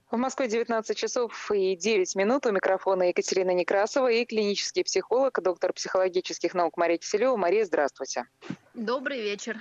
В Москве 19 часов и 9 минут. У микрофона Екатерина Некрасова и клинический психолог, доктор психологических наук Мария Киселева. Мария, здравствуйте. Добрый вечер.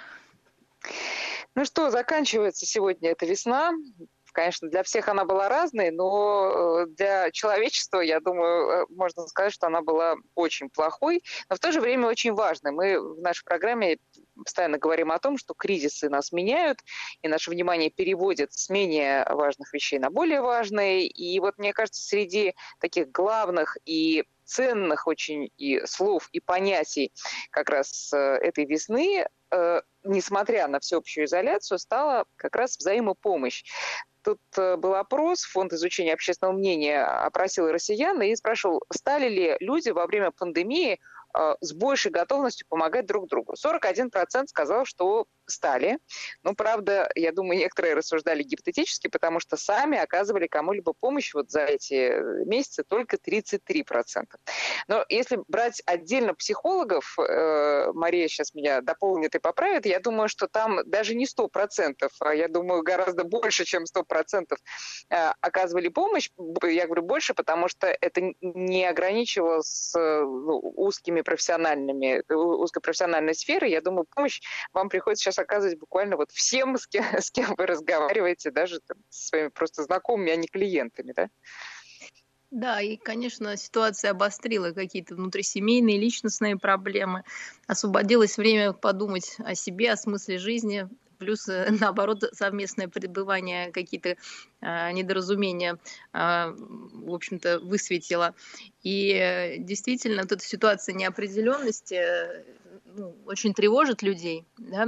Ну что, заканчивается сегодня эта весна. Конечно, для всех она была разной, но для человечества, я думаю, можно сказать, что она была очень плохой, но в то же время очень важной. Мы в нашей программе постоянно говорим о том, что кризисы нас меняют, и наше внимание переводит с менее важных вещей на более важные. И вот мне кажется, среди таких главных и ценных очень и слов, и понятий как раз этой весны, несмотря на всеобщую изоляцию, стала как раз взаимопомощь. Тут был опрос, Фонд изучения общественного мнения опросил россиян и спрашивал, стали ли люди во время пандемии с большей готовностью помогать друг другу. 41% сказал, что стали. Но, правда, я думаю, некоторые рассуждали гипотетически, потому что сами оказывали кому-либо помощь вот за эти месяцы только 33%. Но если брать отдельно психологов, Мария сейчас меня дополнит и поправит, я думаю, что там даже не 100%, а я думаю, гораздо больше, чем 100% оказывали помощь. Я говорю больше, потому что это не ограничивалось узкой профессиональной сферой. Я думаю, помощь вам приходится сейчас оказывать буквально вот всем, с кем вы разговариваете, даже там, со своими просто знакомыми, а не клиентами, да? Да, и, конечно, ситуация обострила какие-то внутрисемейные, личностные проблемы. Освободилось время подумать о себе, о смысле жизни. Плюс, наоборот, совместное пребывание, какие-то недоразумения, в общем-то, высветило. И действительно, вот эта ситуация неопределенности очень тревожит людей, да?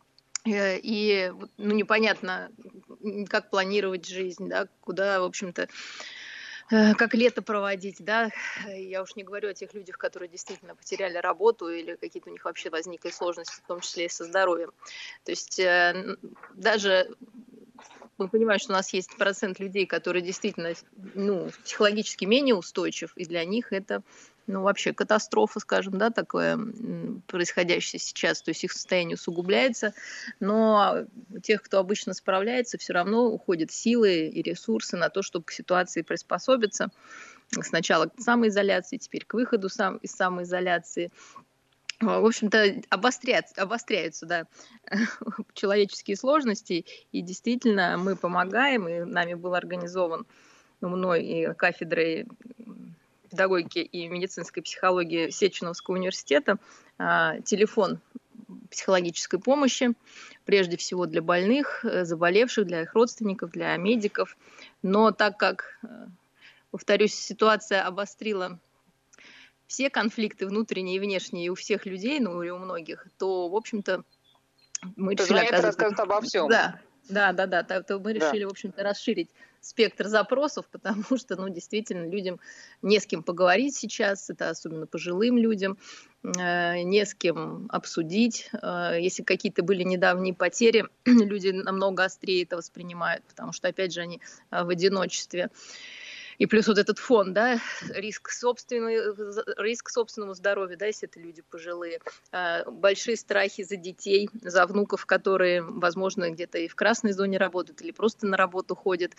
И непонятно, как планировать жизнь, да, куда, в общем-то, как лето проводить, да, я уж не говорю о тех людях, которые действительно потеряли работу или какие-то у них вообще возникли сложности, в том числе и со здоровьем. То есть даже мы понимаем, что у нас есть процент людей, которые действительно психологически менее устойчив, и для них это вообще катастрофа, скажем, да, такое происходящее сейчас, то есть их состояние усугубляется, но у тех, кто обычно справляется, все равно уходят силы и ресурсы на то, чтобы к ситуации приспособиться. Сначала к самоизоляции, теперь к выходу из самоизоляции. В общем-то, обостряются, да, человеческие сложности, и действительно мы помогаем, и нами был организован мной и кафедрой педагогики и медицинской психологии Сеченовского университета телефон психологической помощи, прежде всего для больных, заболевших, для их родственников, для медиков. Но так как, повторюсь, ситуация обострила все конфликты внутренние и внешние у всех людей, и у многих, то, в общем-то, мы решили рассказывать обо всем. Да. То мы решили, в общем-то, расширить спектр запросов, потому что, действительно, людям не с кем поговорить сейчас, это особенно пожилым людям, не с кем обсудить. Если какие-то были недавние потери, люди намного острее это воспринимают, потому что, опять же, они в одиночестве. И плюс вот этот фон, да, риск собственному здоровью, да, если это люди пожилые, большие страхи за детей, за внуков, которые, возможно, где-то и в красной зоне работают или просто на работу ходят.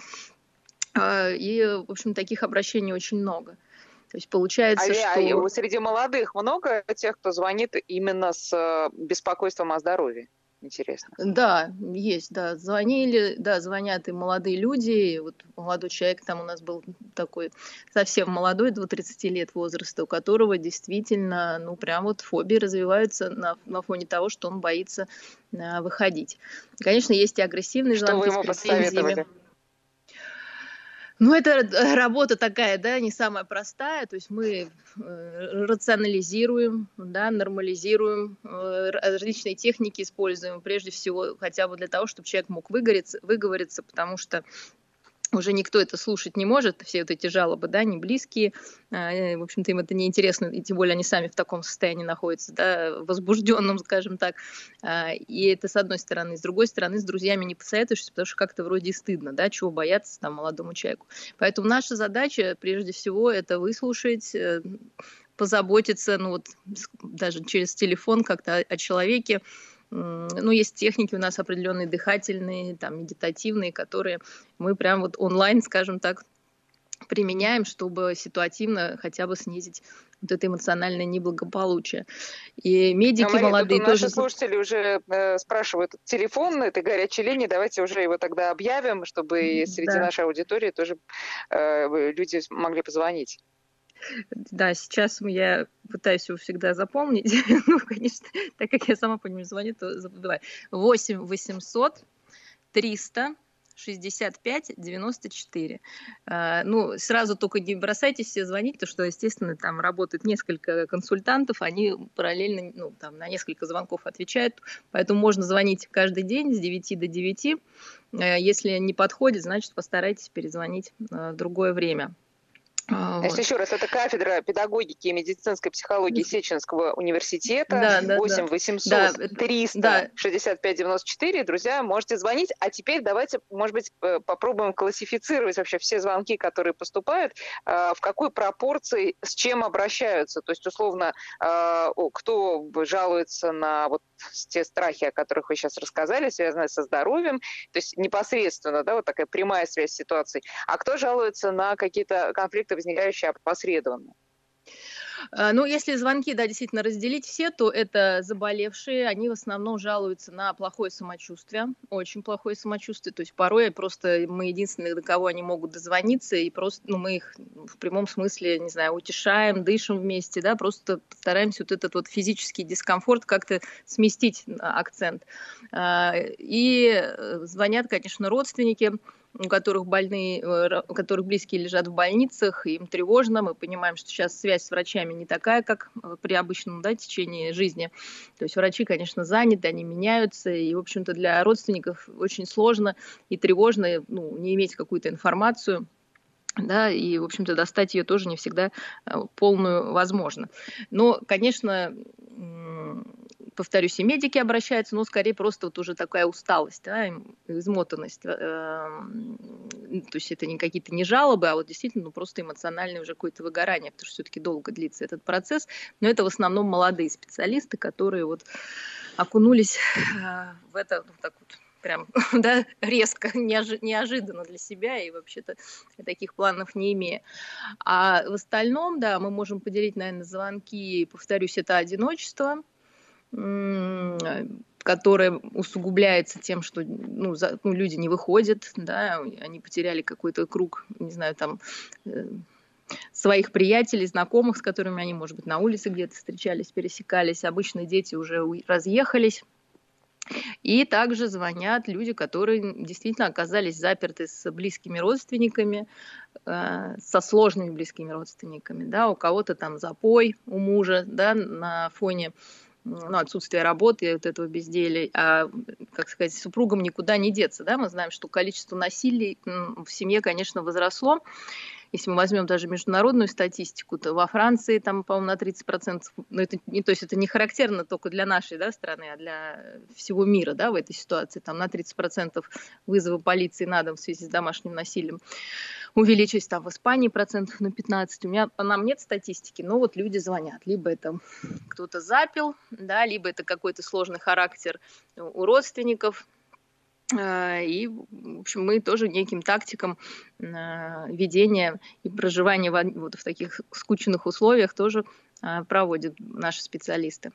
И, в общем, таких обращений очень много. То есть получается, что... Среди молодых много тех, кто звонит именно с беспокойством о здоровье? Интересно. Да, есть, да. Звонят и молодые люди. И вот молодой человек там у нас был такой совсем молодой, до 30 лет возраста, у которого действительно, прям вот фобии развиваются на фоне того, что он боится выходить. Конечно, есть и агрессивные звонки с претензиями. Это работа такая, да, не самая простая, то есть мы рационализируем, да, нормализируем, различные техники используем, прежде всего хотя бы для того, чтобы человек мог выговориться, потому что уже никто это слушать не может, все вот эти жалобы, да, не близкие, в общем-то, им это неинтересно, и тем более они сами в таком состоянии находятся, да, возбужденном, скажем так, и это с одной стороны. С другой стороны, с друзьями не посоветуешься, потому что как-то вроде и стыдно, да, чего бояться там молодому человеку. Поэтому наша задача, прежде всего, это выслушать, позаботиться, даже через телефон как-то о человеке, Ну, есть техники у нас определенные дыхательные, там, медитативные, которые мы прям вот онлайн, скажем так, применяем, чтобы ситуативно хотя бы снизить вот это эмоциональное неблагополучие. И медики Мария, тут молодые наши тоже... слушатели уже спрашивают телефон этой горячей линии. Давайте уже его тогда объявим, чтобы и среди Да. нашей аудитории тоже люди могли позвонить. Да, сейчас я пытаюсь его всегда запомнить. Ну, конечно, так как я сама по нему звоню, то забываю. 8 800 300 65 94. Ну, сразу только не бросайтесь все звонить, потому что, естественно, там работает несколько консультантов, они параллельно, ну, там, на несколько звонков отвечают, поэтому можно звонить каждый день с 9 до 9. Если не подходит, значит, постарайтесь перезвонить в другое время. Значит, еще раз, это кафедра педагогики и медицинской психологии Сеченского университета. 8 800 300 65 94. Друзья, можете звонить. А теперь давайте, может быть, попробуем классифицировать вообще все звонки, которые поступают, в какой пропорции с чем обращаются. То есть, условно, кто жалуется на вот те страхи, о которых вы сейчас рассказали, связанные со здоровьем, то есть непосредственно, да, вот такая прямая связь ситуаций, а кто жалуется на какие-то конфликты, возникающие опосредованно? Ну, если звонки, да, действительно разделить все, то это заболевшие, они в основном жалуются на плохое самочувствие, очень плохое самочувствие, то есть порой просто мы единственные, до кого они могут дозвониться, и просто, ну, мы их в прямом смысле, не знаю, утешаем, дышим вместе, да, просто стараемся вот этот вот физический дискомфорт как-то сместить акцент. И звонят, конечно, родственники, у которых больные, у которых близкие лежат в больницах, им тревожно. Мы понимаем, что сейчас связь с врачами не такая, как при обычном, да, течении жизни. То есть врачи, конечно, заняты, они меняются, и, в общем-то, для родственников очень сложно и тревожно, ну, не иметь какую-то информацию. Да, и, в общем-то, достать ее тоже не всегда полную возможно. Но, конечно, повторюсь, и медики обращаются, но скорее просто вот уже такая усталость, да, измотанность. То есть это не какие-то не жалобы, а вот действительно, ну, просто эмоциональное уже какое-то выгорание, потому что все-таки долго длится этот процесс. Но это в основном молодые специалисты, которые вот окунулись в это вот так вот прям, да, резко, неожиданно для себя и вообще-то таких планов не имея. А в остальном, да, мы можем поделить, наверное, звонки, повторюсь, это одиночество, которое усугубляется тем, что люди не выходят, да, они потеряли какой-то круг, не знаю, там, своих приятелей, знакомых, с которыми они, может быть, на улице где-то встречались, пересекались. Обычно дети уже разъехались. И также звонят люди, которые действительно оказались заперты с близкими родственниками, со сложными близкими родственниками. Да, у кого-то там запой у мужа, да, на фоне отсутствия работы, вот этого безделия, как сказать, супругам никуда не деться. Да? Мы знаем, что количество насилий в семье, конечно, возросло. Если мы возьмем даже международную статистику, то во Франции там, по-моему, на 30%, ну, это не характерно только для нашей, да, страны, а для всего мира, да, в этой ситуации, там на 30% вызовы полиции на дом в связи с домашним насилием увеличились, там в Испании процентов на 15%. У меня по нам нет статистики, но вот люди звонят. Либо это кто-то запил, да, либо это какой-то сложный характер у родственников. И, в общем, мы тоже неким тактикам ведения и проживания вот в таких скучных условиях тоже проводят наши специалисты.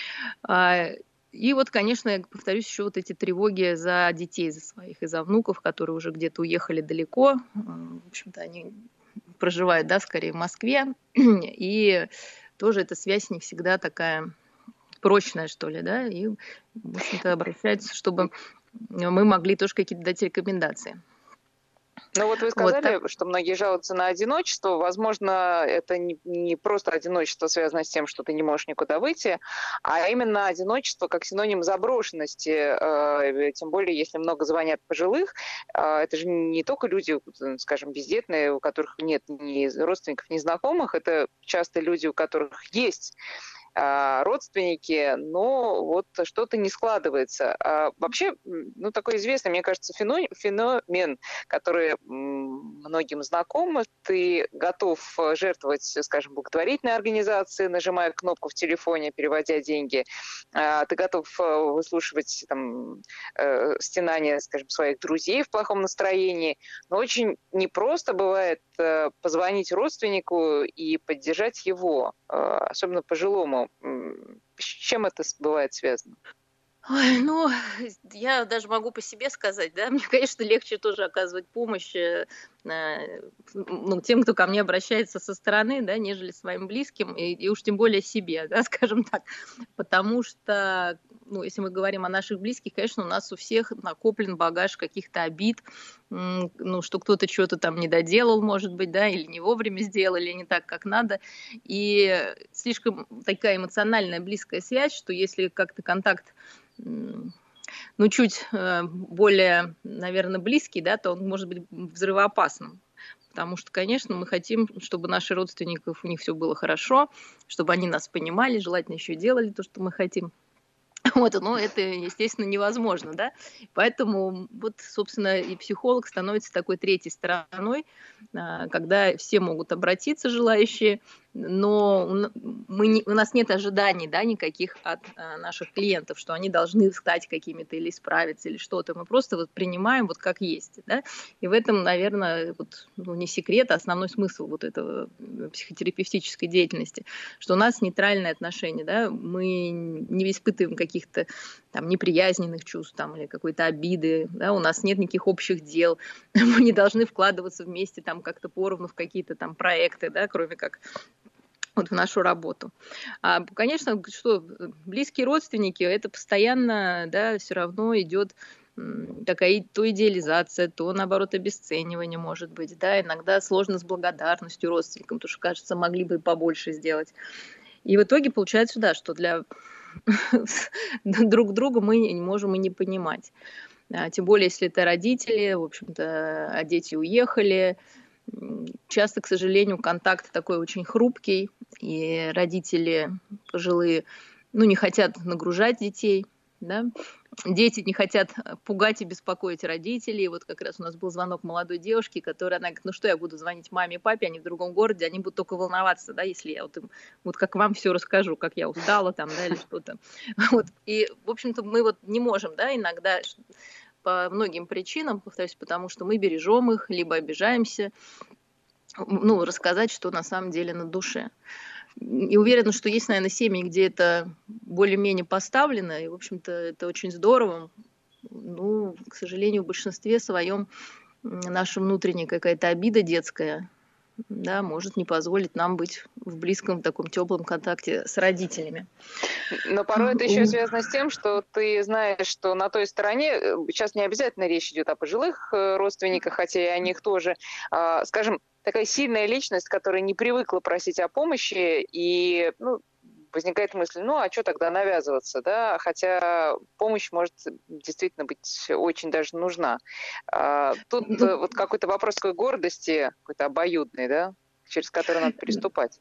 И вот, конечно, я повторюсь, еще вот эти тревоги за детей, за своих и за внуков, которые уже где-то уехали далеко. В общем-то, они проживают, да, скорее в Москве. И тоже эта связь не всегда такая прочная, что ли, да. И, в общем-то, обращаются, чтобы мы могли тоже какие-то дать рекомендации. Ну вот вы сказали, вот, что многие жалуются на одиночество. Возможно, это не просто одиночество, связанное с тем, что ты не можешь никуда выйти, а именно одиночество как синоним заброшенности. Тем более, если много звонят пожилых, это же не только люди, скажем, бездетные, у которых нет ни родственников, ни знакомых, это часто люди, у которых есть родственники, но вот что-то не складывается. Вообще, такой известный, мне кажется, феномен, который многим знаком, ты готов жертвовать, скажем, благотворительной организации, нажимая кнопку в телефоне, переводя деньги, ты готов выслушивать там, стенания, скажем, своих друзей в плохом настроении, но очень непросто бывает позвонить родственнику и поддержать его, особенно пожилому. С чем это бывает связано? Ой, ну, я даже могу по себе сказать, да, мне, конечно, легче тоже оказывать помощь ну, тем, кто ко мне обращается со стороны, да, нежели своим близким, и уж тем более себе, да, скажем так, потому что, ну, если мы говорим о наших близких, конечно, у нас у всех накоплен багаж каких-то обид, ну, что кто-то что-то там не доделал, может быть, да, или не вовремя сделал, или не так, как надо, и слишком такая эмоциональная близкая связь, что если как-то контакт ну, чуть более, наверное, близкий, да, то он может быть взрывоопасным. Потому что, конечно, мы хотим, чтобы наши родственников, у них все было хорошо, чтобы они нас понимали, желательно еще и делали то, что мы хотим. Вот, но это, естественно, невозможно, да. Поэтому вот, собственно, и психолог становится такой третьей стороной, когда все могут обратиться, желающие, но у нас нет ожиданий, да, никаких от наших клиентов, что они должны стать какими-то или исправиться, или что-то. Мы просто вот принимаем вот как есть, да. И в этом, наверное, вот, ну, не секрет, а основной смысл вот этого психотерапевтической деятельности, что у нас нейтральное отношение, да, мы не испытываем каких-то там неприязненных чувств там, или какой-то обиды, да, у нас нет никаких общих дел, мы не должны вкладываться вместе там как-то поровну в какие-то там проекты, да, кроме как вот в нашу работу. Конечно, что близкие родственники, это постоянно, да, все равно идет такая то идеализация, то, наоборот, обесценивание, может быть, да, иногда сложно с благодарностью родственникам, потому что, кажется, могли бы побольше сделать. И в итоге получается, да, что для друг друга мы не можем и не понимать. Тем более, если это родители, в общем-то, а дети уехали. Часто, к сожалению, контакт такой очень хрупкий, и родители пожилые, ну, не хотят нагружать детей, да? Дети не хотят пугать и беспокоить родителей. Вот как раз у нас был звонок молодой девушки, которая, она говорит, ну что я буду звонить маме и папе, они в другом городе, они будут только волноваться, да, если я вот им, вот как вам все расскажу, как я устала там, да, или что-то. Вот. И, в общем-то, мы вот не можем, да, иногда по многим причинам, повторюсь, потому что мы бережем их, либо обижаемся, ну, рассказать, что на самом деле на душе. И уверена, что есть, наверное, семьи, где это более-менее поставлено, и, в общем-то, это очень здорово. Ну, к сожалению, в большинстве своем наша внутренняя какая-то обида детская, да, может не позволить нам быть в близком таком теплом контакте с родителями. Но порой это еще связано с тем, что ты знаешь, что на той стороне, сейчас не обязательно речь идет о пожилых родственниках, хотя и о них тоже, скажем, такая сильная личность, которая не привыкла просить о помощи, и ну, возникает мысль, ну а что тогда навязываться, да, хотя помощь может действительно быть очень даже нужна. Тут вот какой-то вопрос такой гордости, какой-то обоюдный, да, через который надо переступать.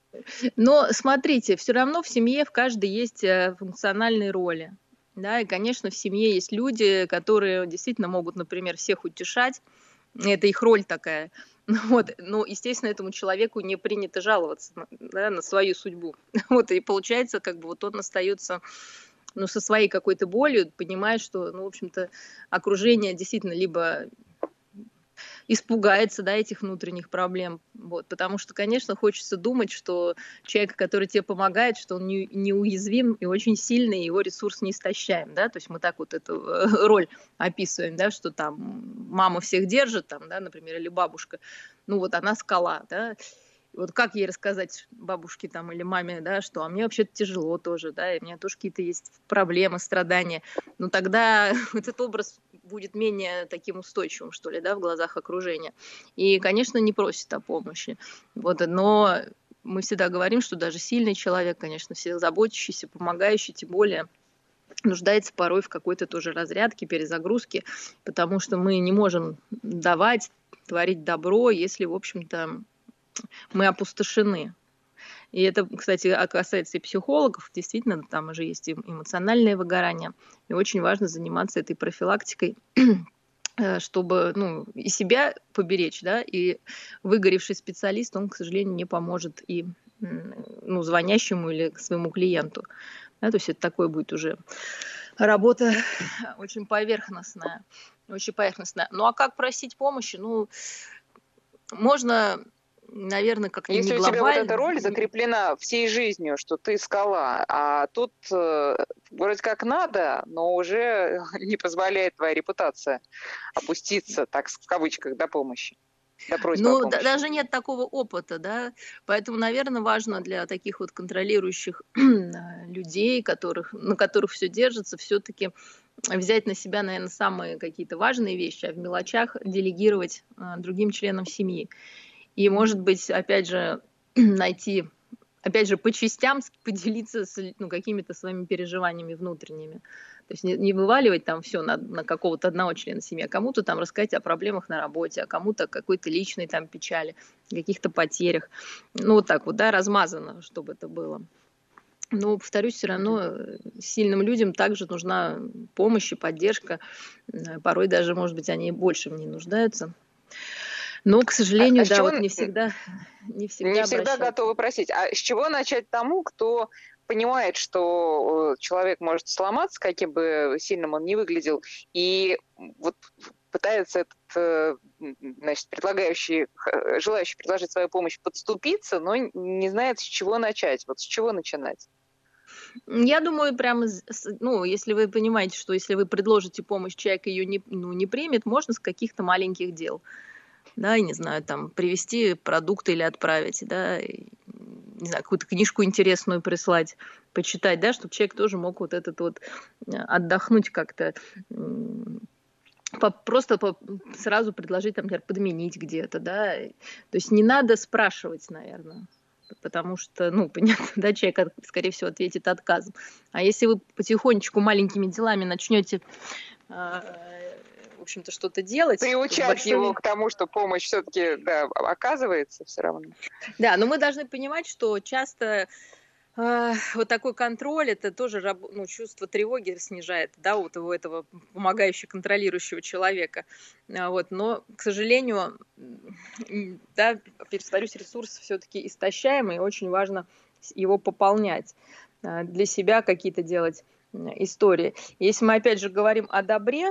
Но смотрите, все равно в семье в каждой есть функциональные роли. Да, и, конечно, в семье есть люди, которые действительно могут, например, всех утешать. Это их роль такая. Вот. Но, естественно, этому человеку не принято жаловаться, да, на свою судьбу. Вот. И получается, как бы вот он остается, ну, со своей какой-то болью, понимает, что, ну, в общем-то, окружение действительно либо испугается, да, этих внутренних проблем. Вот. Потому что, конечно, хочется думать, что человек, который тебе помогает, что он неуязвим и очень сильный, его ресурс не истощаем. Да? То есть мы так вот эту роль описываем, да, что там мама всех держит, там, да, например, или бабушка. Ну вот она скала, да. Вот как ей рассказать бабушке там или маме, да, что а мне вообще-то тяжело тоже, да, и у меня тоже какие-то есть проблемы, страдания. Ну тогда этот образ будет менее таким устойчивым, что ли, да, в глазах окружения. И, конечно, не просит о помощи. Вот, но мы всегда говорим, что даже сильный человек, конечно, всех заботящийся, помогающий, тем более нуждается порой в какой-то тоже разрядке, перезагрузке, потому что мы не можем давать, творить добро, если, в общем-то, мы опустошены. И это, кстати, касается и психологов. Действительно, там уже есть и эмоциональное выгорание. И очень важно заниматься этой профилактикой чтобы, ну, и себя поберечь, да, и выгоревший специалист, он, к сожалению, не поможет и, ну, звонящему или своему клиенту. Да, то есть это такое будет уже работа очень поверхностная, очень поверхностная. Ну, а как просить помощи? Ну, можно, наверное, как-то не Если у тебя вот эта глобально. роль закреплена всей жизнью, что ты скала, а тут вроде как надо, но уже не позволяет твоя репутация опуститься, так в кавычках, до помощи, до просьбы о Ну, помощи. даже нет такого опыта, да, поэтому, наверное, важно для таких вот контролирующих людей, на которых все держится, все-таки взять на себя, наверное, самые какие-то важные вещи, а в мелочах делегировать другим членам семьи. И, может быть, опять же, найти, опять же, по частям поделиться ну, какими-то своими переживаниями внутренними. То есть не вываливать там все на какого-то одного члена семьи, а кому-то там рассказать о проблемах на работе, а кому-то какой-то личной там печали, каких-то потерях. Ну, вот так вот, да, размазано, чтобы это было. Но, повторюсь, все равно сильным людям также нужна помощь и поддержка. Порой даже, может быть, они больше в ней нуждаются. Но, к сожалению, да, вот не всегда обращаются. Готовы просить. А с чего начать тому, кто понимает, что человек может сломаться, каким бы сильным он ни выглядел, и вот пытается этот, значит, желающий предложить свою помощь подступиться, но не знает, с чего начать. Вот с чего начинать? Я думаю, прямо, ну, если вы понимаете, что если вы предложите помощь, человек ее не примет, можно с каких-то маленьких дел. Да, я не знаю, там, привезти продукты или отправить, да, не знаю, какую-то книжку интересную прислать, почитать, да, чтобы человек тоже мог вот этот вот отдохнуть как-то, просто сразу предложить, там, например, подменить где-то, да, то есть не надо спрашивать, наверное, потому что, ну, понятно, да, человек, скорее всего, ответит отказом. А если вы потихонечку маленькими делами начнете в общем-то, что-то делать. Приучать его к тому, что помощь все-таки, да, оказывается все равно. Да, но мы должны понимать, что часто вот такой контроль, это тоже, ну, чувство тревоги снижает, да, вот у этого помогающего, контролирующего человека. Вот, но, к сожалению, да, повторюсь, ресурс все-таки истощаемый, и очень важно его пополнять, для себя какие-то делать истории. Если мы, опять же, говорим о добре,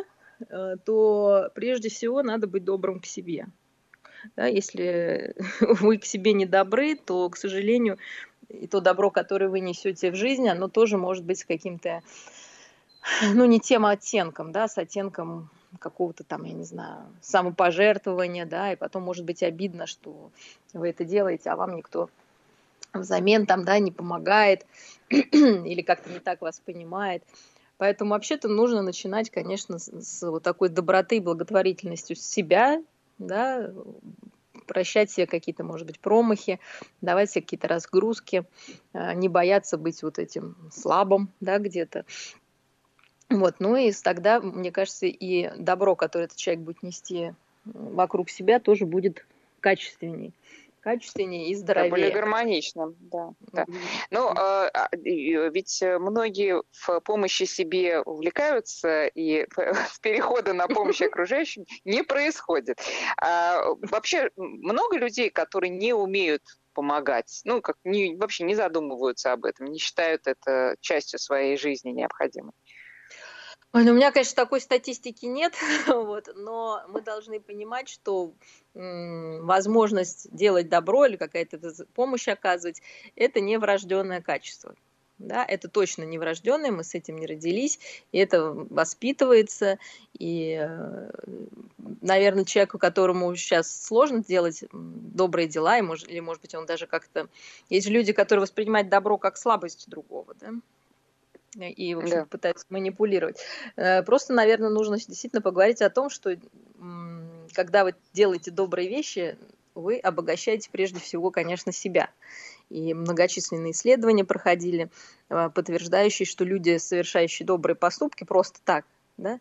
то прежде всего надо быть добрым к себе. Да, если вы к себе не добры, то, к сожалению, и то добро, которое вы несете в жизнь, оно тоже может быть с каким-то, ну, не тем оттенком, да, с оттенком какого-то там, я не знаю, самопожертвования, да, и потом может быть обидно, что вы это делаете, а вам никто взамен там, да, не помогает или как-то не так вас понимает. Поэтому вообще-то нужно начинать, конечно, с вот такой доброты и благотворительностью с себя, да, прощать себе какие-то, может быть, промахи, давать себе какие-то разгрузки, не бояться быть вот этим слабым, да, где-то. Вот, ну и тогда, мне кажется, и добро, которое этот человек будет нести вокруг себя, тоже будет качественнее и здоровее. Да, более гармоничным, да. Да. Ну, ведь многие в помощи себе увлекаются, и перехода на помощь окружающим не происходит. Вообще много людей, которые не умеют помогать, ну, вообще не задумываются об этом, не считают это частью своей жизни необходимой. Ой, ну, у меня, конечно, такой статистики нет, вот, но мы должны понимать, что возможность делать добро или какая-то помощь оказывать – это не врожденное качество. Да, это точно не врожденное, мы с этим не родились, и это воспитывается. И, наверное, человеку, которому сейчас сложно делать добрые дела, или, может быть, он даже как-то… Есть люди, которые воспринимают добро как слабость другого, да? И, в общем, пытаются манипулировать. Просто, наверное, нужно действительно поговорить о том, что когда вы делаете добрые вещи, вы обогащаете прежде всего, конечно, себя. И многочисленные исследования проходили, подтверждающие, что люди, совершающие добрые поступки просто так, да,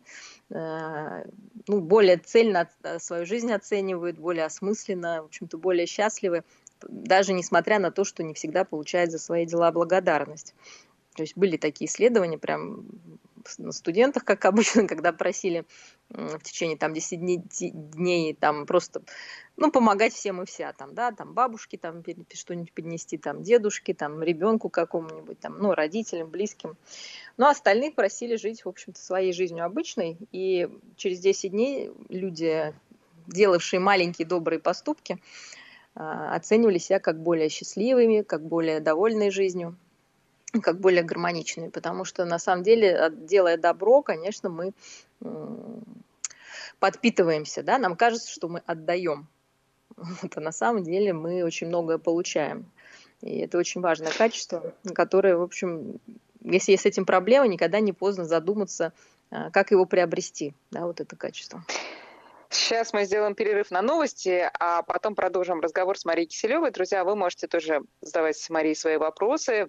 ну, более цельно свою жизнь оценивают, более осмысленно, в общем-то, более счастливы, даже несмотря на то, что не всегда получают за свои дела благодарность. То есть были такие исследования прям на студентах, как обычно, когда просили в течение там 10 дней там просто, ну, помогать всем и вся, там, да, там бабушке там что-нибудь поднести, там дедушке, там ребенку какому-нибудь, там, ну, родителям, близким. Но остальных просили жить, в общем-то, своей жизнью обычной, и через 10 дней люди, делавшие маленькие добрые поступки, оценивали себя как более счастливыми, как более довольной жизнью, как более гармоничными, потому что на самом деле, делая добро, конечно, мы подпитываемся, да, нам кажется, что мы отдаем, а на самом деле мы очень многое получаем. И это очень важное качество, которое, в общем, если есть с этим проблема, никогда не поздно задуматься, как его приобрести, да, вот это качество. Сейчас мы сделаем перерыв на новости, а потом продолжим разговор с Марией Киселевой. Друзья, вы можете тоже задавать Марии свои вопросы.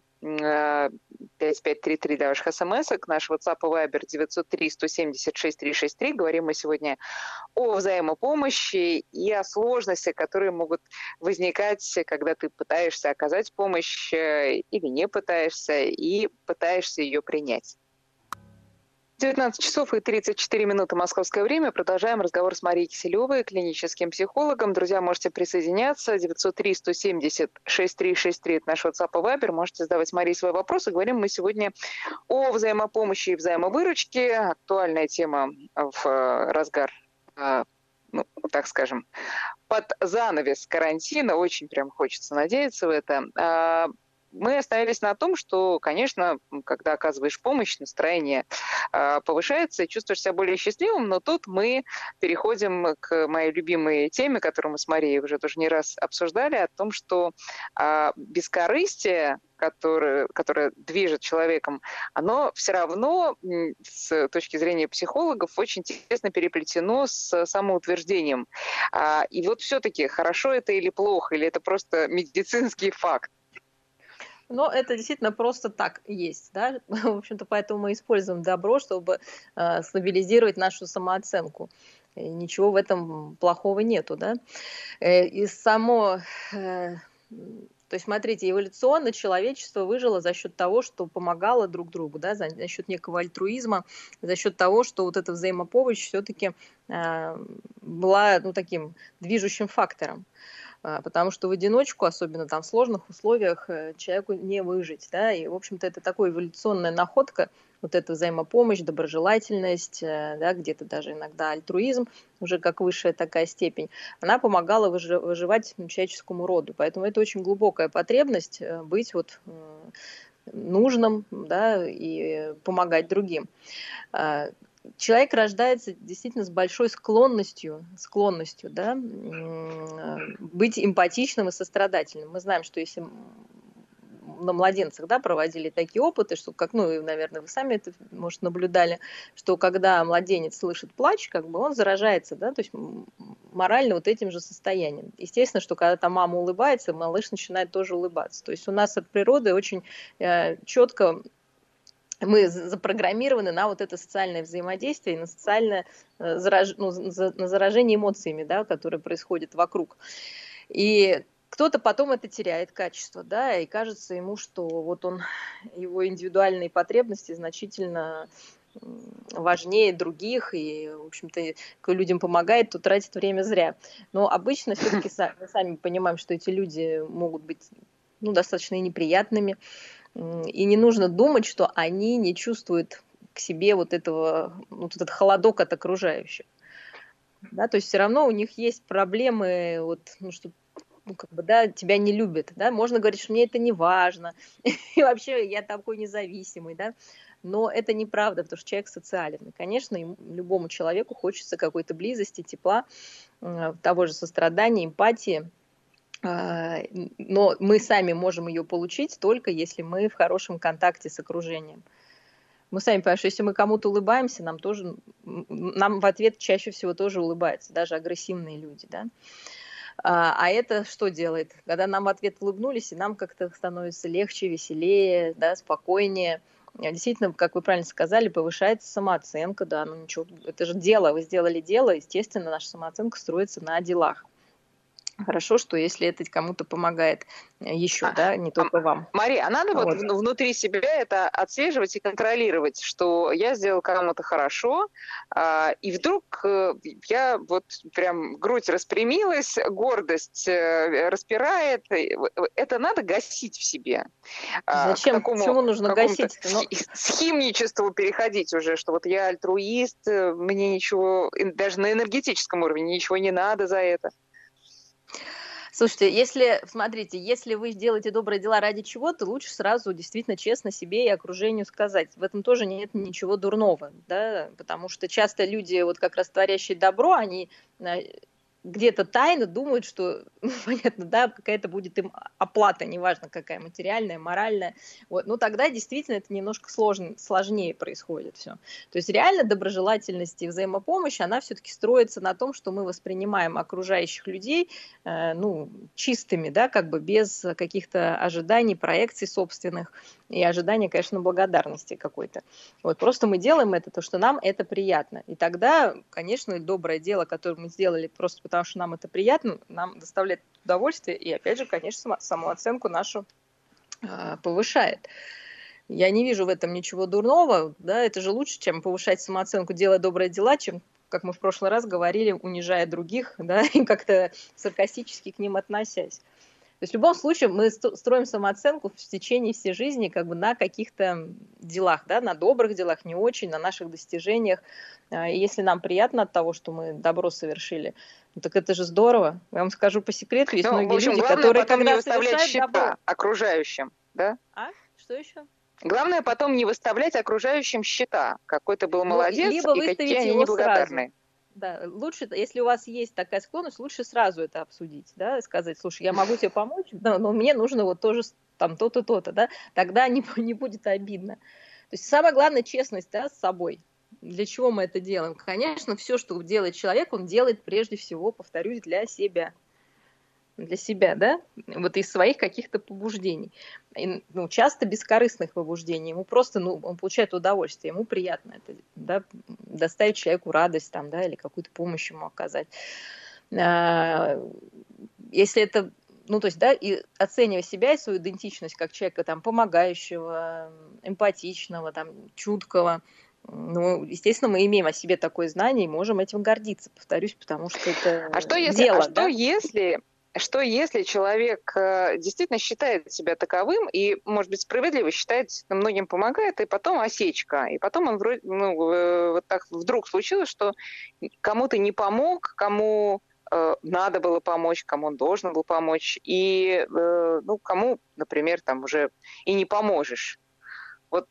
5533 для ваших смс-ок. Наш WhatsApp и Viber 903-176-363. Говорим мы сегодня о взаимопомощи и о сложностях, которые могут возникать, когда ты пытаешься оказать помощь или не пытаешься, и пытаешься ее принять. 19 часов и 34 минуты московское время. Продолжаем разговор с Марией Киселевой, клиническим психологом. Друзья, можете присоединяться. 903-170-6363 – это наш WhatsApp и Viber. Можете задавать Марии свои вопросы. Говорим мы сегодня о взаимопомощи и взаимовыручке. Актуальная тема в разгар, ну, так скажем, под занавес карантина. Очень прям хочется надеяться в это. Мы остановились на том, что, конечно, когда оказываешь помощь, настроение повышается и чувствуешь себя более счастливым, но тут мы переходим к моей любимой теме, которую мы с Марией уже тоже не раз обсуждали, о том, что бескорыстие, которое движет человеком, оно все равно с точки зрения психологов очень тесно переплетено с самоутверждением. И вот все-таки хорошо это или плохо, или это просто медицинский факт? Но это действительно просто так есть, да, в общем-то, поэтому мы используем добро, чтобы стабилизировать нашу самооценку. И ничего в этом плохого нету, да. И само, то есть, смотрите, эволюционно человечество выжило за счет того, что помогало друг другу, да, за счет некого альтруизма, за счет того, что вот эта взаимопомощь все-таки была, ну, таким движущим фактором. Потому что в одиночку, особенно там в сложных условиях, человеку не выжить, да, и, в общем-то, это такая эволюционная находка, вот эта взаимопомощь, доброжелательность, да, где-то даже иногда альтруизм, уже как высшая такая степень, она помогала выживать человеческому роду, поэтому это очень глубокая потребность быть вот нужным, да, и помогать другим. Человек рождается действительно с большой склонностью, да, быть эмпатичным и сострадательным. Мы знаем, что если на младенцах, да, проводили такие опыты, что, как, ну, наверное, вы сами это, может, наблюдали, что когда младенец слышит плач, как бы он заражается, да, то есть морально вот этим же состоянием. Естественно, что когда там мама улыбается, малыш начинает тоже улыбаться. То есть у нас от природы очень четко мы запрограммированы на вот это социальное взаимодействие, на социальное на заражение эмоциями, да, которые происходят вокруг. И кто-то потом это теряет качество, да, и кажется ему, что вот его индивидуальные потребности значительно важнее других, и, в общем-то, когда людям помогает, то тратит время зря. Но обычно все-таки мы сами понимаем, что эти люди могут быть, ну, достаточно неприятными, и не нужно думать, что они не чувствуют к себе вот этот холодок от окружающих. Да, то есть все равно у них есть проблемы, вот, ну, что, ну, как бы, да, тебя не любят. Да? Можно говорить, что мне это не важно, и вообще я такой независимый. Да? Но это неправда, потому что человек социален. И, конечно, любому человеку хочется какой-то близости, тепла, того же сострадания, эмпатии. Но мы сами можем ее получить только если мы в хорошем контакте с окружением. Мы сами понимаем, что если мы кому-то улыбаемся, нам в ответ чаще всего тоже улыбаются, даже агрессивные люди. Да? А это что делает? Когда нам в ответ улыбнулись, и нам как-то становится легче, веселее, да, спокойнее. Действительно, как вы правильно сказали, повышается самооценка. Да, ну ничего, это же дело, вы сделали дело, естественно, наша самооценка строится на делах. хорошо, что если это кому-то помогает еще, да, не только вам. Мария, а надо вот Вот. внутри себя это отслеживать и контролировать, что я сделал кому-то хорошо, и вдруг я вот прям грудь распрямилась, гордость распирает. Это надо гасить в себе. Зачем? Почему нужно гасить-то? Схимничеству переходить уже, что вот я альтруист, мне ничего, даже на энергетическом уровне ничего не надо за это. Слушайте, смотрите, если вы делаете добрые дела ради чего-то, лучше сразу действительно честно себе и окружению сказать. В этом тоже нет ничего дурного, да, потому что часто люди, вот как раз творящие добро, они где-то тайно думают, что, понятно, да, какая-то будет им оплата, неважно какая, материальная, моральная. Вот. Ну, тогда действительно это немножко сложнее происходит все. То есть реально доброжелательность и взаимопомощь, она все-таки строится на том, что мы воспринимаем окружающих людей, чистыми, да, как бы без каких-то ожиданий, проекций собственных и ожидания, конечно, благодарности какой-то. Вот просто мы делаем это, то, что нам это приятно. И тогда, конечно, доброе дело, которое мы сделали просто потому, что нам это приятно, нам доставляет удовольствие и, опять же, конечно, самооценку нашу повышает. Я не вижу в этом ничего дурного, да, это же лучше, чем повышать самооценку, делая добрые дела, чем, как мы в прошлый раз говорили, унижая других, да, и как-то саркастически к ним относясь. То есть в любом случае мы строим самооценку в течение всей жизни как бы на каких-то делах, да, на добрых делах, не очень, на наших достижениях. И если нам приятно от того, что мы добро совершили, ну, так это же здорово. Я вам скажу по секрету, есть многие люди, которые потом не когда выставлять счета добро... окружающим, да? Что еще? Главное потом не выставлять окружающим счета. Какой ты был молодец, либо и какие они неблагодарные. Да, лучше, если у вас есть такая склонность, лучше сразу это обсудить, да, сказать, слушай, я могу тебе помочь, но мне нужно вот тоже там то-то, то-то, да, тогда не будет обидно. То есть самое главное честность, да, с собой. Для чего мы это делаем? Конечно, все, что делает человек, он делает прежде всего, повторюсь, для себя, да, вот из своих каких-то побуждений. И, часто бескорыстных побуждений. Ему просто, он получает удовольствие, ему приятно это, да, доставить человеку радость там, да, или какую-то помощь ему оказать. Если это, то есть, да, и оценивая себя и свою идентичность как человека там помогающего, эмпатичного, там, чуткого, естественно, мы имеем о себе такое знание и можем этим гордиться, повторюсь, потому что это дело. Что если человек действительно считает себя таковым и, может быть, справедливо считает, многим помогает, и потом осечка, и потом он вроде, вот так вдруг случилось, что кому-то не помог, кому надо было помочь, кому он должен был помочь, и кому, например, там уже и не поможешь. Вот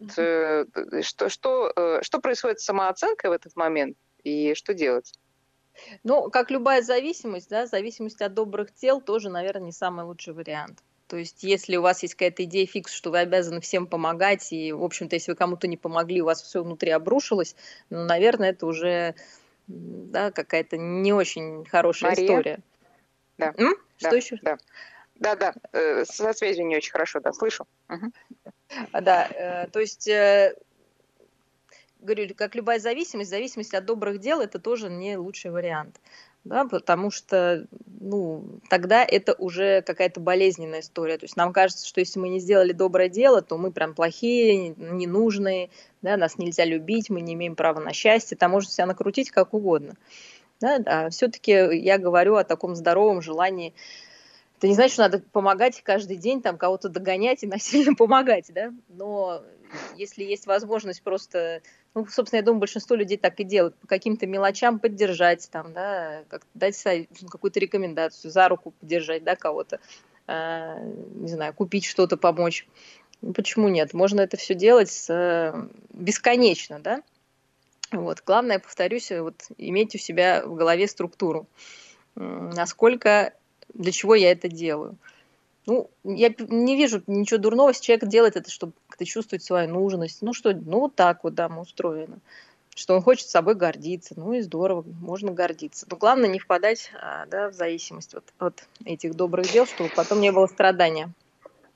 что происходит с самооценкой в этот момент и что делать? Как любая зависимость, да, зависимость от добрых дел тоже, наверное, не самый лучший вариант. То есть, если у вас есть какая-то идея фикс, что вы обязаны всем помогать, и, в общем-то, если вы кому-то не помогли, у вас все внутри обрушилось, наверное, это уже, да, какая-то не очень хорошая история. Да. Что еще? Да. Со связью не очень хорошо, да, слышу. Угу. Да, то есть... Говорю, как любая зависимость от добрых дел, это тоже не лучший вариант. Да, потому что тогда это уже какая-то болезненная история. То есть нам кажется, что если мы не сделали доброе дело, то мы прям плохие, ненужные, да, нас нельзя любить, мы не имеем права на счастье, там можно себя накрутить как угодно. Да, а все-таки я говорю о таком здоровом желании. Это не значит, что надо помогать каждый день, там кого-то догонять и насильно помогать, да, но если есть возможность просто, собственно, я думаю, большинство людей так и делают, по каким-то мелочам поддержать, там, да, дать какую-то рекомендацию, за руку поддержать, да, кого-то, не знаю, купить что-то, помочь. Почему нет? Можно это все делать бесконечно, да. Вот. Главное, повторюсь, иметь у себя в голове структуру. Насколько... Для чего я это делаю? Я не вижу ничего дурного, если человек делает это, чтобы как-то чувствовать свою нужность. Вот так вот, да, мы устроены. Что он хочет собой гордиться. И здорово, можно гордиться. Но главное не впадать, да, в зависимость от этих добрых дел, чтобы потом не было страдания.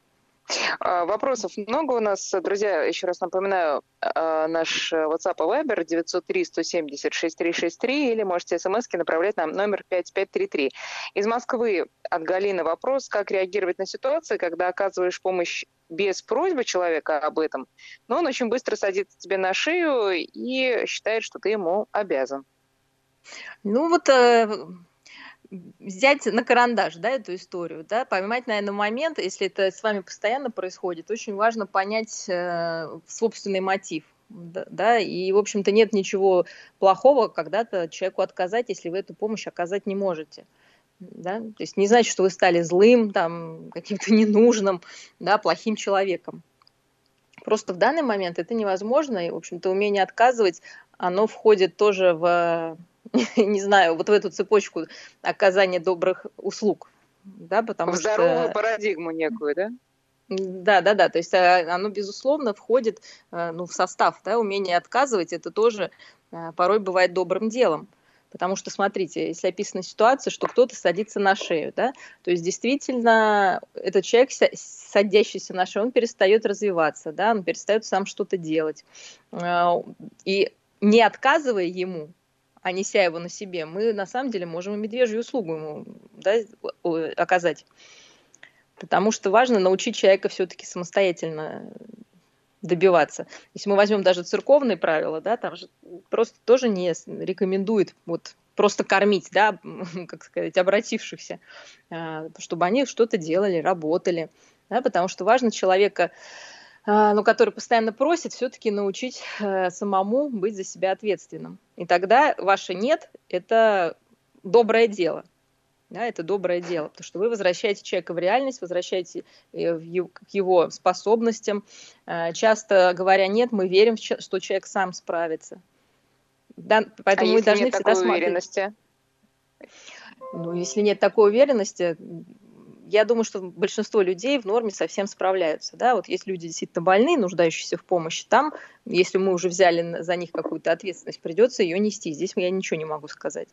Вопросов много у нас. Друзья, еще раз напоминаю, наш WhatsApp и Viber 903-170-6363 или можете смс-ки направлять нам номер 5533. Из Москвы от Галины вопрос, как реагировать на ситуации, когда оказываешь помощь без просьбы человека об этом, но он очень быстро садится тебе на шею и считает, что ты ему обязан. Ну вот взять на карандаш, да, эту историю, да, поймать, наверное, момент, если это с вами постоянно происходит, очень важно понять собственный мотив, да, и, в общем-то, нет ничего плохого когда-то человеку отказать, если вы эту помощь оказать не можете. Да? То есть не значит, что вы стали злым, там, каким-то ненужным, да, плохим человеком. Просто в данный момент это невозможно, и, в общем-то, умение отказывать, оно входит тоже в, не знаю, вот в эту цепочку оказания добрых услуг, да, потому что... В здоровую парадигму некую, да? Да, то есть оно, безусловно, входит в состав, да, умение отказывать, это тоже порой бывает добрым делом. Потому что, смотрите, если описана ситуация, что кто-то садится на шею, да, то есть действительно этот человек, садящийся на шею, он перестает развиваться, да, он перестает сам что-то делать. И не отказывая ему, а неся его на себе, мы на самом деле можем и медвежью услугу ему, да, оказать. Потому что важно научить человека все-таки самостоятельно добиваться. Если мы возьмем даже церковные правила, да, там же просто тоже не рекомендует вот просто кормить, да, как сказать, обратившихся, чтобы они что-то делали, работали, да, потому что важно человека, который постоянно просит, все-таки научить самому быть за себя ответственным. И тогда ваше «нет» – это доброе дело. Да, это доброе дело, потому что вы возвращаете человека в реальность, возвращаете к его способностям. Часто говоря «нет», мы верим, что человек сам справится. Да, поэтому мы должны всегда смотреть. Уверенности? Ну, если нет такой уверенности, я думаю, что большинство людей в норме совсем справляются. Да? Вот есть люди действительно больные, нуждающиеся в помощи, там, если мы уже взяли за них какую-то ответственность, придется ее нести. Здесь я ничего не могу сказать.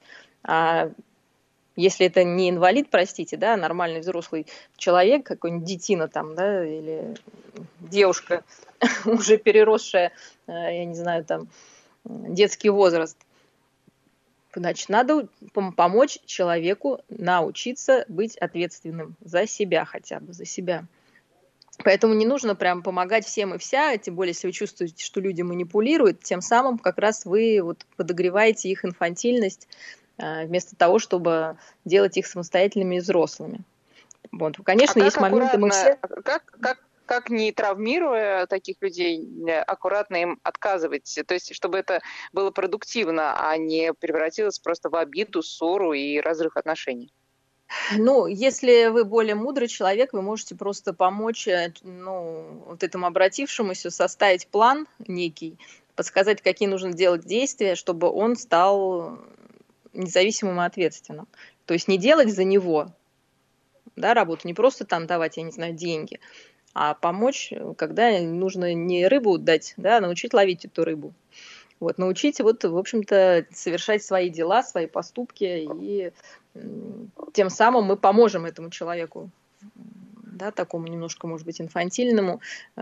Если это не инвалид, простите, да, нормальный взрослый человек, какой-нибудь детина там, да, или девушка, уже переросшая, я не знаю, там, детский возраст, значит, надо помочь человеку научиться быть ответственным за себя хотя бы, за себя. Поэтому не нужно прям помогать всем и вся, тем более, если вы чувствуете, что люди манипулируют, тем самым как раз вы вот подогреваете их инфантильность, вместо того, чтобы делать их самостоятельными и взрослыми. Вот. Конечно, есть моменты, мы все... Как не травмируя таких людей, аккуратно им отказывать, то есть чтобы это было продуктивно, а не превратилось просто в обиду, ссору и разрыв отношений? Ну, если вы более мудрый человек, вы можете просто помочь вот этому обратившемуся составить план некий, подсказать, какие нужно делать действия, чтобы он стал независимым и ответственным. То есть не делать за него, да, работу, не просто там давать, я не знаю, деньги, а помочь, когда нужно не рыбу дать, да, а научить ловить эту рыбу. Вот, научить, вот, в общем-то, совершать свои дела, свои поступки, и тем самым мы поможем этому человеку, да, такому немножко, может быть, инфантильному,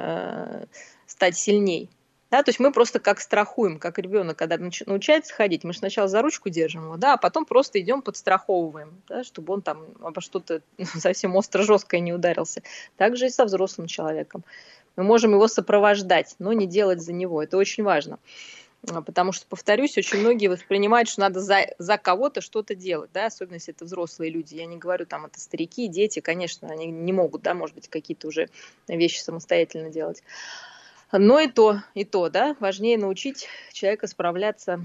стать сильней. Да, то есть мы просто как страхуем, как ребенок, когда научается ходить, мы же сначала за ручку держим его, да, а потом просто идем подстраховываем, да, чтобы он там обо что-то совсем остро-жесткое не ударился. Так же и со взрослым человеком. Мы можем его сопровождать, но не делать за него. Это очень важно. Потому что, повторюсь, очень многие воспринимают, что надо за кого-то что-то делать, да, особенно если это взрослые люди. Я не говорю, там, это старики, дети, конечно, они не могут, да, может быть, какие-то уже вещи самостоятельно делать. Но и то, да, важнее научить человека справляться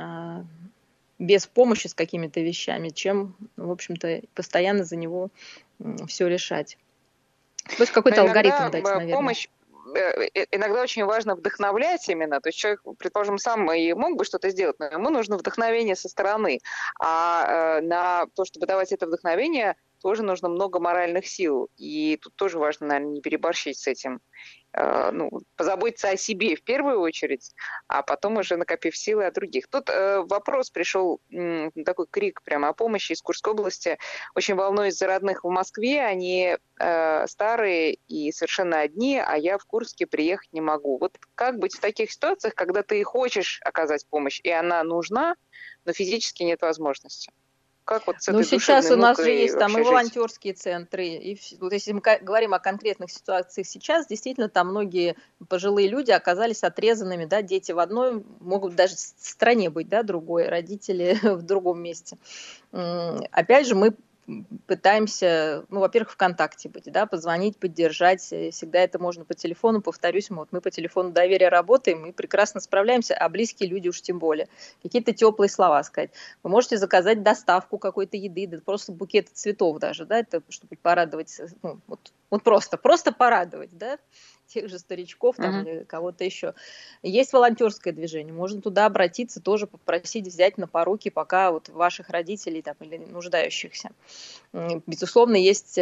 без помощи с какими-то вещами, чем, в общем-то, постоянно за него все решать. То есть какой-то алгоритм дать, наверное. Помощь иногда очень важно вдохновлять именно. То есть человек, предположим, сам и мог бы что-то сделать, но ему нужно вдохновение со стороны. А на то, чтобы давать это вдохновение, тоже нужно много моральных сил. И тут тоже важно, наверное, не переборщить с этим. Позаботиться о себе в первую очередь, а потом уже накопив силы о других. Тут вопрос пришел, такой крик прямо о помощи из Курской области. Очень волнуюсь за родных в Москве, они старые и совершенно одни, а я в Курске приехать не могу. Вот как быть в таких ситуациях, когда ты хочешь оказать помощь, и она нужна, но физически нет возможности? Как вот с Ну, этой сейчас душевной у нас же мукой есть там и вообще жить? волонтерские центры. И вот если мы говорим о конкретных ситуациях сейчас, действительно, там многие пожилые люди оказались отрезанными, да, дети в одной, могут даже в стране быть, да, другой, родители в другом месте. Опять же, мы пытаемся, ну, во-первых, в контакте быть, да, позвонить, поддержать. Всегда это можно по телефону. Повторюсь, мы по телефону доверия работаем и прекрасно справляемся, а близкие люди уж тем более. Какие-то теплые слова сказать. Вы можете заказать доставку какой-то еды, да просто букет цветов даже, да, это чтобы порадовать, ну, вот просто порадовать, да, тех же старичков там или кого-то еще. Есть волонтерское движение, можно туда обратиться, тоже попросить взять на поруки пока вот ваших родителей там, или нуждающихся. Безусловно, есть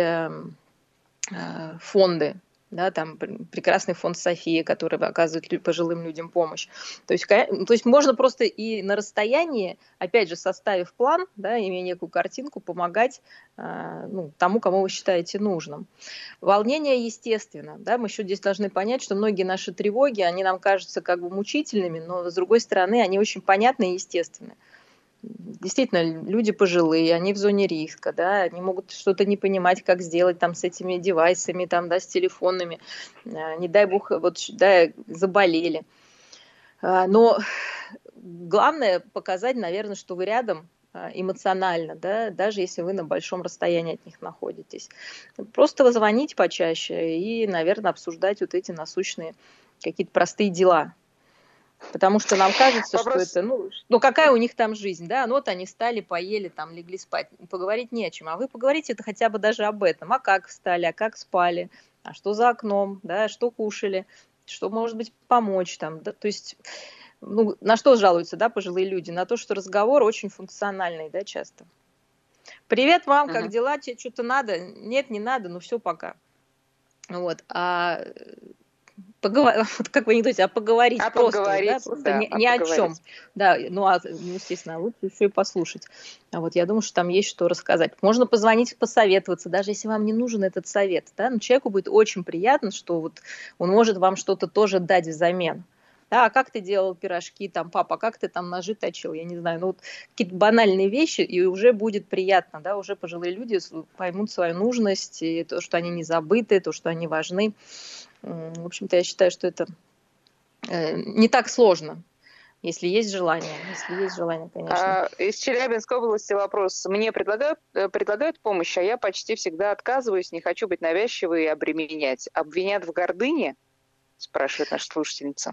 фонды, да, там прекрасный фонд София, который оказывает пожилым людям помощь. То есть можно просто и на расстоянии, опять же, составив план, да, имея некую картинку, помогать тому, кому вы считаете нужным. Волнение, естественно, да, мы еще здесь должны понять, что многие наши тревоги, они нам кажутся как бы мучительными, но с другой стороны, они очень понятны и естественны. Действительно, люди пожилые, они в зоне риска, да, они могут что-то не понимать, как сделать там с этими девайсами, там, да, с телефонами, не дай бог, вот, да, заболели. Но главное показать, наверное, что вы рядом эмоционально, да, даже если вы на большом расстоянии от них находитесь. Просто звонить почаще и, наверное, обсуждать вот эти насущные какие-то простые дела. Потому что нам кажется, Вопрос... что это, какая у них там жизнь, да, вот они встали, поели, там, легли спать, поговорить не о чем, а вы поговорите это хотя бы даже об этом, а как встали, а как спали, а что за окном, да, что кушали, что, может быть, помочь там, да, то есть, на что жалуются, да, пожилые люди, на то, что разговор очень функциональный, да, часто. Привет, мам, как дела, тебе что-то надо? Нет, не надо, все, пока. Вот, как в анекдоте, поговорить просто, да, просто ни о чем. Да, естественно, лучше еще и послушать. Я думаю, что там есть что рассказать. Можно позвонить, посоветоваться, даже если вам не нужен этот совет, да, но человеку будет очень приятно, что вот он может вам что-то тоже дать взамен. Да, а как ты делал пирожки, там, папа, как ты там ножи точил, я не знаю, какие-то банальные вещи, и уже будет приятно, да, уже пожилые люди поймут свою нужность, и то, что они не забыты, то, что они важны. В общем-то, я считаю, что это не так сложно, если есть желание. Если есть желание, конечно. Из Челябинской области вопрос. Мне предлагают помощь, а я почти всегда отказываюсь, не хочу быть навязчивой и обременять. Обвинят в гордыне? Спрашивает наша слушательница.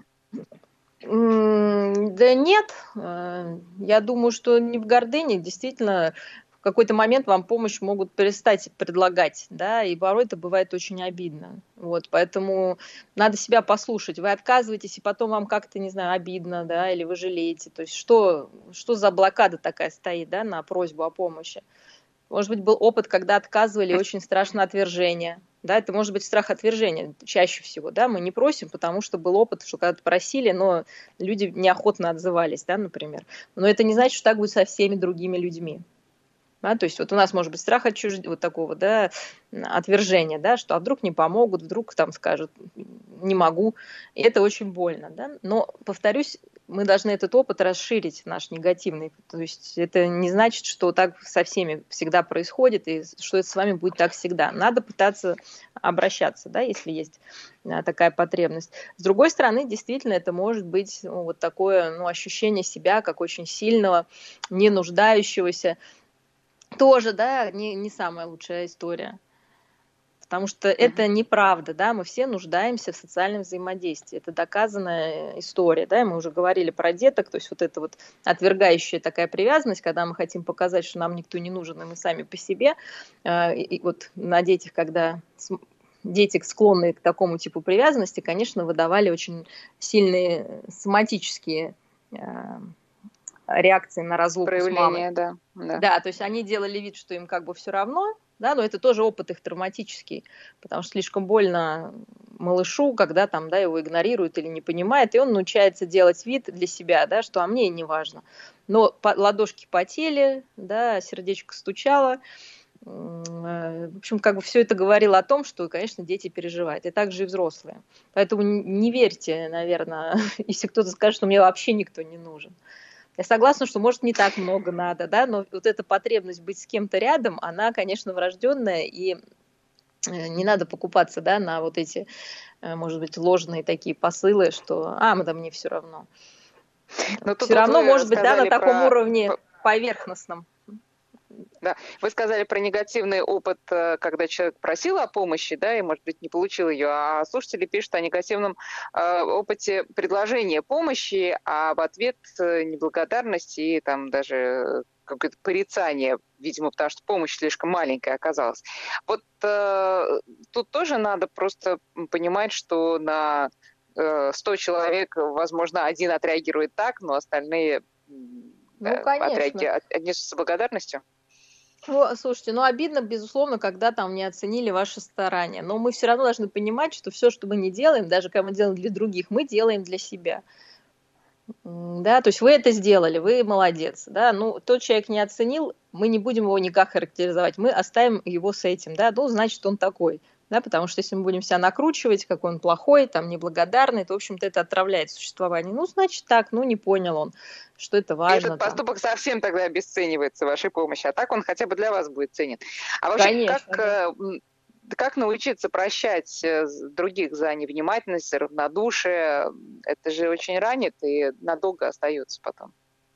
Да нет. Я думаю, что не в гордыне. Действительно, в какой-то момент вам помощь могут перестать предлагать, да, и порой это бывает очень обидно. Поэтому надо себя послушать. Вы отказываетесь, и потом вам как-то, не знаю, обидно, да, или вы жалеете. То есть что за блокада такая стоит, да, на просьбу о помощи? Может быть, был опыт, когда отказывали, очень страшно отвержение. Да, это может быть страх отвержения чаще всего. Да? Мы не просим, потому что был опыт, что когда-то просили, но люди неохотно отзывались, да, например. Но это не значит, что так будет со всеми другими людьми. Да? То есть у нас может быть страх такого, да, отвержения, да, что вдруг не помогут, вдруг там скажут не могу. И это очень больно. Да? Но, повторюсь, мы должны этот опыт расширить, наш негативный. То есть это не значит, что так со всеми всегда происходит, и что это с вами будет так всегда. Надо пытаться обращаться, да, если есть такая потребность. С другой стороны, действительно, это может быть такое ощущение себя как очень сильного, не нуждающегося. Тоже, да, не самая лучшая история. Потому что это неправда, да, мы все нуждаемся в социальном взаимодействии. Это доказанная история, да, мы уже говорили про деток, то есть это отвергающая такая привязанность, когда мы хотим показать, что нам никто не нужен, и мы сами по себе. И на детях, когда дети, склонные к такому типу привязанности, конечно, выдавали очень сильные соматические реакции на разлуку с мамой. Да. Да, то есть они делали вид, что им как бы все равно, Да, но это тоже опыт их травматический, потому что слишком больно малышу, когда там, да, его игнорируют или не понимает, и он научается делать вид для себя, да, что мне не важно. Но ладошки потели, да, сердечко стучало. В общем, как бы все это говорило о том, что, конечно, дети переживают, и также и взрослые. Поэтому не верьте, наверное, если кто-то скажет, что мне вообще никто не нужен. Я согласна, что, может, не так много надо, да, но вот эта потребность быть с кем-то рядом, она, конечно, врожденная, и не надо покупаться, да, на вот эти, может быть, ложные такие посылы, что, да мне все равно. Все равно, может быть, да, на таком уровне поверхностном. Да, вы сказали про негативный опыт, когда человек просил о помощи, да, и, может быть, не получил ее, а слушатели пишут о негативном опыте предложения помощи, а в ответ неблагодарность и там даже какое-то порицание, видимо, потому что помощь слишком маленькая оказалась. Вот тут тоже надо просто понимать, что на 100 человек, возможно, один отреагирует так, но остальные отнесутся с благодарностью. Слушайте, обидно, безусловно, когда там не оценили ваши старания. Но мы все равно должны понимать, что все, что мы не делаем, даже когда мы делаем для других, мы делаем для себя. Да, то есть вы это сделали, вы молодец. Да? Тот человек не оценил, мы не будем его никак характеризовать, мы оставим его с этим. Да? Значит, он такой. Да, потому что если мы будем себя накручивать, какой он плохой, там, неблагодарный, то, в общем-то, это отравляет существование. Значит так, не понял он, что это важно. Этот поступок совсем тогда обесценивается вашей помощью, а так он хотя бы для вас будет ценен. А вообще, конечно, как научиться прощать других за невнимательность, за равнодушие? Это же очень ранит и надолго остается потом.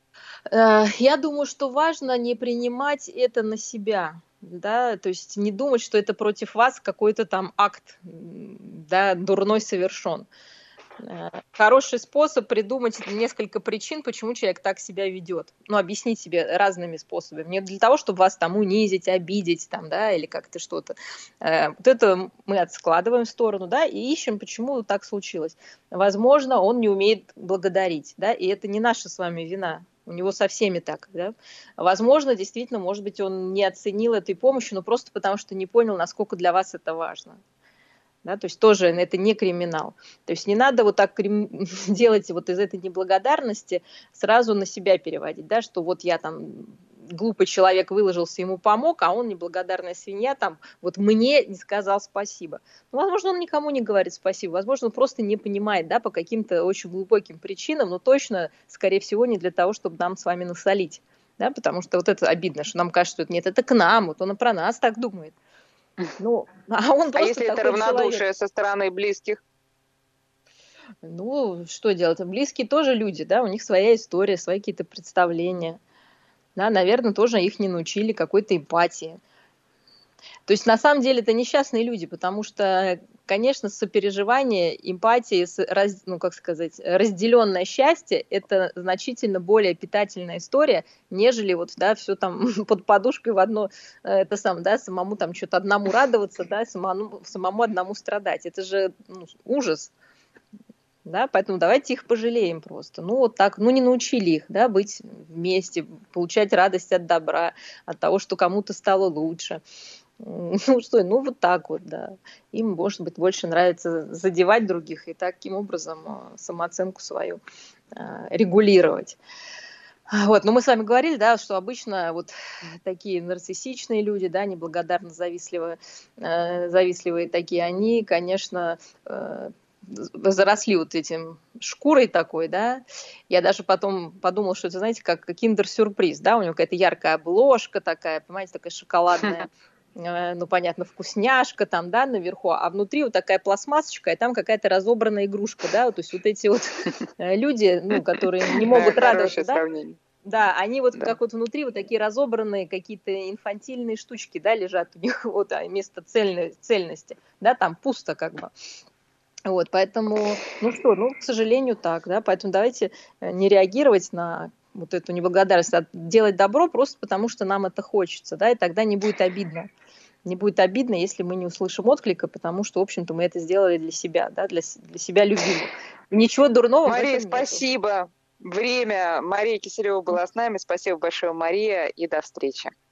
Я думаю, что важно не принимать это на себя. Да, то есть не думать, что это против вас какой-то там акт, да, дурной совершен. Хороший способ придумать несколько причин, почему человек так себя ведет. Объяснить себе разными способами. Не для того, чтобы вас там унизить, обидеть, там, да, или как-то что-то. Вот это мы откладываем в сторону, да, и ищем, почему так случилось. Возможно, он не умеет благодарить, да, и это не наша с вами вина. У него со всеми так, да. Возможно, действительно, может быть, он не оценил этой помощи, но просто потому, что не понял, насколько для вас это важно. Да, то есть тоже это не криминал. То есть не надо вот так делать вот из этой неблагодарности сразу на себя переводить, да, что вот я там глупый человек выложился, ему помог, а он неблагодарная свинья там вот мне не сказал спасибо. Возможно, он никому не говорит спасибо, возможно, он просто не понимает, да, по каким-то очень глубоким причинам, но точно, скорее всего, не для того, чтобы нам с вами насолить, да, потому что вот это обидно, что нам кажется, что нет, это к нам, вот он про нас так думает. А если это равнодушие человек со стороны близких? Что делать? Близкие тоже люди, да, у них своя история, свои какие-то представления. Да, наверное, тоже их не научили какой-то эмпатии. То есть, на самом деле, это несчастные люди, потому что, конечно, сопереживание, эмпатия, разделенное счастье – это значительно более питательная история, нежели вот, да, все там под подушкой в одно, самому там что-то одному радоваться, да, самому одному страдать. Это же ужас. Да, поэтому давайте их пожалеем просто. Вот так, не научили их, да, быть вместе, получать радость от добра, от того, что кому-то стало лучше. Вот так вот, да. Им, может быть, больше нравится задевать других и таким образом самооценку свою регулировать. Но мы с вами говорили, да, что обычно вот такие нарциссичные люди, да, неблагодарно завистливые такие, они, конечно, заросли вот этим шкурой такой, да. Я даже потом подумала, что это, знаете, как киндер-сюрприз, да, у него какая-то яркая обложка такая, понимаете, такая шоколадная, понятно, вкусняшка там, да, наверху, а внутри вот такая пластмассочка, и там какая-то разобранная игрушка, да, то есть вот эти вот люди, которые не могут радоваться, да, да, они вот как вот внутри вот такие разобранные какие-то инфантильные штучки, да, лежат у них вот вместо цельности, да, там пусто как бы. Поэтому, к сожалению, так, да, поэтому давайте не реагировать на вот эту неблагодарность, а делать добро просто потому, что нам это хочется, да, и тогда не будет обидно. Не будет обидно, если мы не услышим отклика, потому что, в общем-то, мы это сделали для себя, да, для себя любимых. Ничего дурного в этом Мария, нету. Спасибо. Мария Киселева была с нами. Спасибо большое, Мария, и до встречи.